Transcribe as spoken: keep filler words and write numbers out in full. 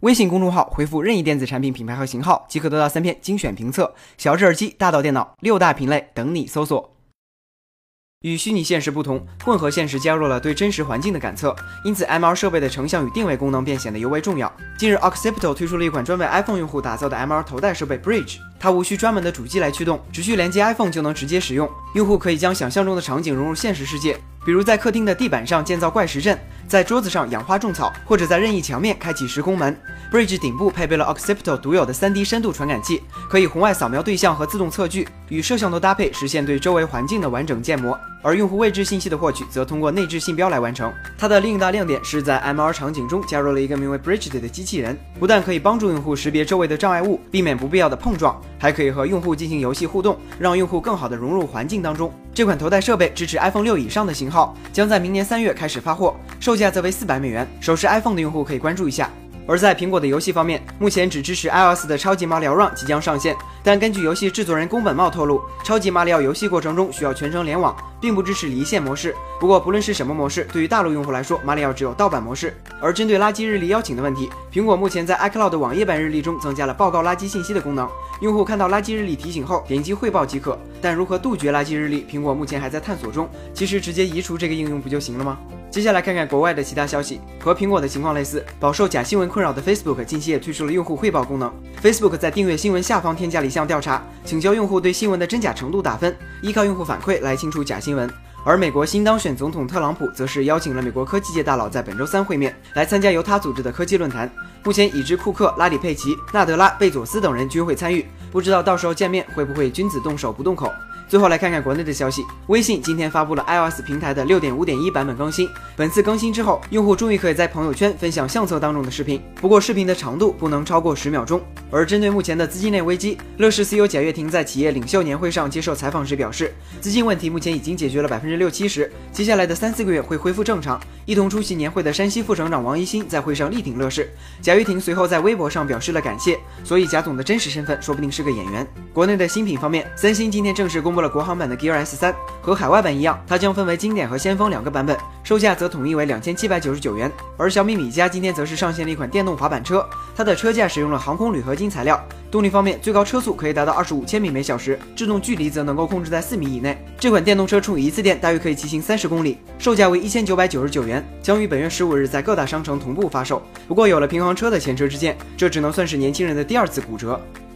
微信公众号回复任意电子产品品牌和型号，即可得到三篇精选评测。小智耳机，大到电脑，六大品类等你搜索。 与虚拟现实不同，混合现实加入了对真实环境的感测，因此 M R 设备的成像与定位功能便显得尤为重要。近日 ，Occipital 推出了一款专为 iPhone 用户打造的 M R 头戴设备 Bridge， 它无需专门的主机来驱动，只需连接 iPhone 就能直接使用。用户可以将想象中的场景融入现实世界，比如在客厅的地板上建造怪石阵，在桌子上养花种草，或者在任意墙面开启时空门。Bridge 顶部配备了 Occipital 独有的 三 D 深度传感器，可以红外扫描对象和自动测距，与摄像头搭配，实现对周围环境的完整建模。 而用户位置信息的获取则通过内置信标来完成。它的另一大亮点是在 M R 场景中加入了一个名为 Bridge 的机器人，不但可以帮助用户识别周围的障碍物，避免不必要的碰撞，还可以和用户进行游戏互动，让用户更好地融入环境当中。这款头戴设备支持 iPhone 六以上的型号，将在明年三月开始发货，售价则为四百美元。手持 iPhone 的用户可以关注一下。 而在苹果的游戏方面，目前只支持 iOS 的超级马里奥 Run 即将上线，但根据游戏制作人宫本茂透露，超级马里奥游戏过程中需要全程联网，并不支持离线模式。不过，不论是什么模式，对于大陆用户来说，马里奥只有盗版模式。而针对垃圾日历邀请的问题，苹果目前在 iCloud 网页版日历中增加了报告垃圾信息的功能，用户看到垃圾日历提醒后，点击汇报即可。但如何杜绝垃圾日历，苹果目前还在探索中。其实直接移除这个应用不就行了吗？ 接下来看看国外的其他消息，和苹果的情况类似，饱受假新闻困扰的 Facebook 近期也推出了用户汇报功能。Facebook 在订阅新闻下方添加了一项调查，请教用户对新闻的真假程度打分，依靠用户反馈来清除假新闻。而美国新当选总统特朗普则是邀请了美国科技界大佬在本周三会面，来参加由他组织的科技论坛。目前已知库克、拉里·佩奇、纳德拉·贝佐斯等人均会参与，不知道到时候见面会不会君子动手不动口。 最后来看看国内的消息，微信今天发布了 iOS 平台的 六点五点一 版本更新。本次更新之后，用户终于可以在朋友圈分享相册当中的视频，不过视频的长度不能超过十秒钟。而针对目前的资金链危机，乐视 C E O 贾跃亭在企业领袖年会上接受采访时表示，资金问题目前已经解决了百分之六七十，接下来的三四个月会恢复正常。一同出席年会的山西副省长王一新在会上力挺乐视，贾跃亭随后在微博上表示了感谢，所以贾总的真实身份说不定是个演员。国内的新品方面，三星今天正式公布了国行版的 Gear S 三，和海外版一样，它将分为经典和先锋两个版本，售价则统一为两千七百九十九元。而小米米家今天则是上线了一款电动滑板车，它的车架使用了航空铝合金材料，动力方面最高车速可以达到二十五千米每小时，制动距离则能够控制在四米以内。这款电动车充一次电大约可以骑行三十公里，售价为一千九百九十九元，将于本月十五日在各大商城同步发售。不过有了平衡车的前车之鉴，这只能算是年轻人的第二次骨折。